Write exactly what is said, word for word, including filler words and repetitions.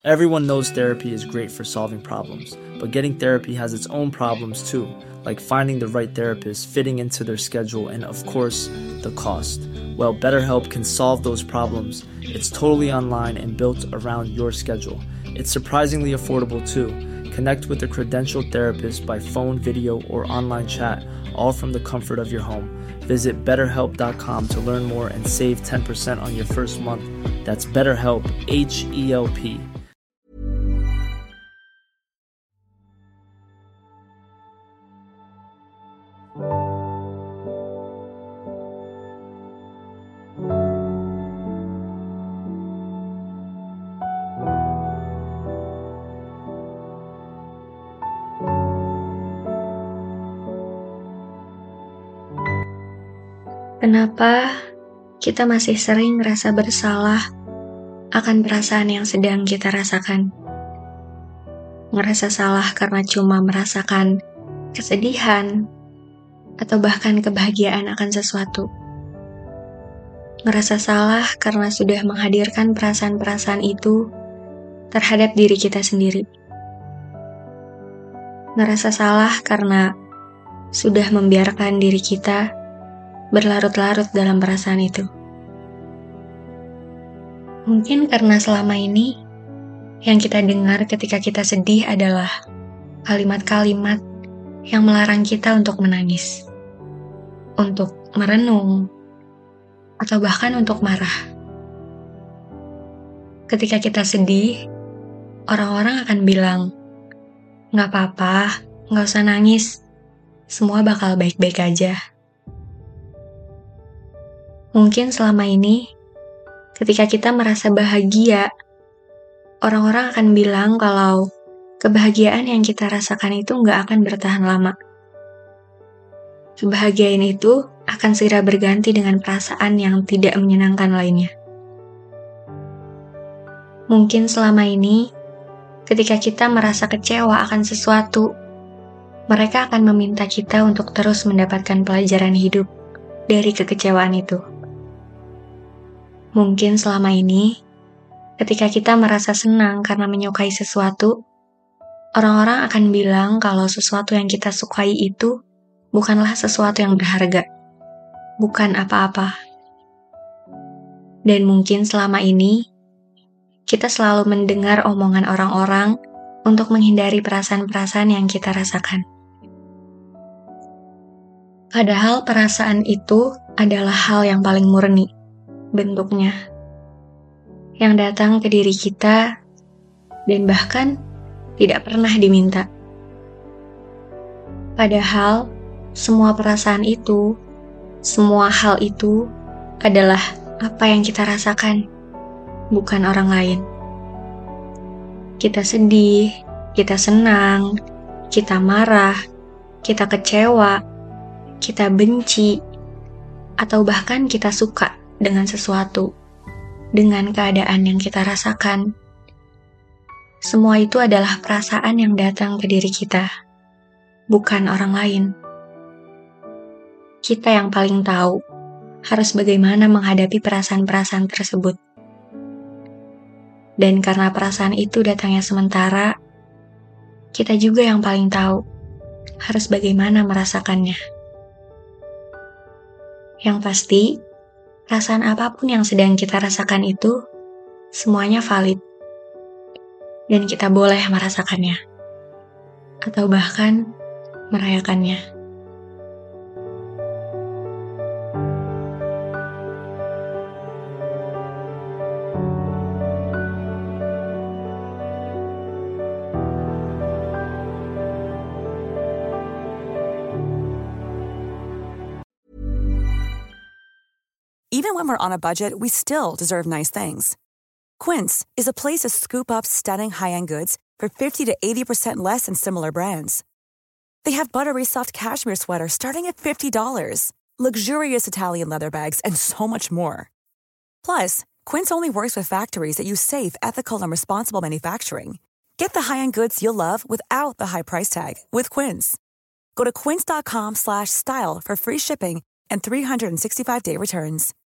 Everyone knows therapy is great for solving problems, but getting therapy has its own problems too, like finding the right therapist, fitting into their schedule, and of course, the cost. Well, BetterHelp can solve those problems. It's totally online and built around your schedule. It's surprisingly affordable too. Connect with a credentialed therapist by phone, video, or online chat, all from the comfort of your home. Visit better help dot com to learn more and save ten percent on your first month. That's BetterHelp, H E L P. Kenapa kita masih sering merasa bersalah akan perasaan yang sedang kita rasakan? Ngerasa salah karena cuma merasakan kesedihan atau bahkan kebahagiaan akan sesuatu. Ngerasa salah karena sudah menghadirkan perasaan-perasaan itu terhadap diri kita sendiri. Ngerasa salah karena sudah membiarkan diri kita berlarut-larut dalam perasaan itu. Mungkin karena selama ini yang kita dengar ketika kita sedih adalah kalimat-kalimat yang melarang kita untuk menangis, untuk merenung, atau bahkan untuk marah. Ketika kita sedih, orang-orang akan bilang, "Gak apa-apa, gak usah nangis, semua bakal baik-baik aja." Mungkin selama ini, ketika kita merasa bahagia, orang-orang akan bilang kalau kebahagiaan yang kita rasakan itu nggak akan bertahan lama. Kebahagiaan itu akan segera berganti dengan perasaan yang tidak menyenangkan lainnya. Mungkin selama ini, ketika kita merasa kecewa akan sesuatu, mereka akan meminta kita untuk terus mendapatkan pelajaran hidup dari kekecewaan itu. Mungkin selama ini, ketika kita merasa senang karena menyukai sesuatu, orang-orang akan bilang kalau sesuatu yang kita sukai itu bukanlah sesuatu yang berharga, bukan apa-apa. Dan mungkin selama ini, kita selalu mendengar omongan orang-orang untuk menghindari perasaan-perasaan yang kita rasakan. Padahal perasaan itu adalah hal yang paling murni bentuknya, yang datang ke diri kita dan bahkan tidak pernah diminta. Padahal semua perasaan itu, semua hal itu adalah apa yang kita rasakan, bukan orang lain. Kita sedih, kita senang, kita marah, kita kecewa, kita benci, atau bahkan kita suka dengan sesuatu, dengan keadaan yang kita rasakan. Semua itu adalah perasaan yang datang ke diri kita, bukan orang lain. Kita yang paling tahu harus bagaimana menghadapi perasaan-perasaan tersebut. Dan karena perasaan itu datangnya sementara, kita juga yang paling tahu harus bagaimana merasakannya. Yang pasti, perasaan apapun yang sedang kita rasakan itu, semuanya valid. Dan kita boleh merasakannya. Atau bahkan merayakannya. Even when we're on a budget, we still deserve nice things. Quince is a place to scoop up stunning high-end goods for fifty to eighty percent less than similar brands. They have buttery soft cashmere sweaters starting at fifty dollars, luxurious Italian leather bags, and so much more. Plus, Quince only works with factories that use safe, ethical, and responsible manufacturing. Get the high-end goods you'll love without the high price tag with Quince. Go to quince dot com slash style for free shipping and three sixty-five day returns.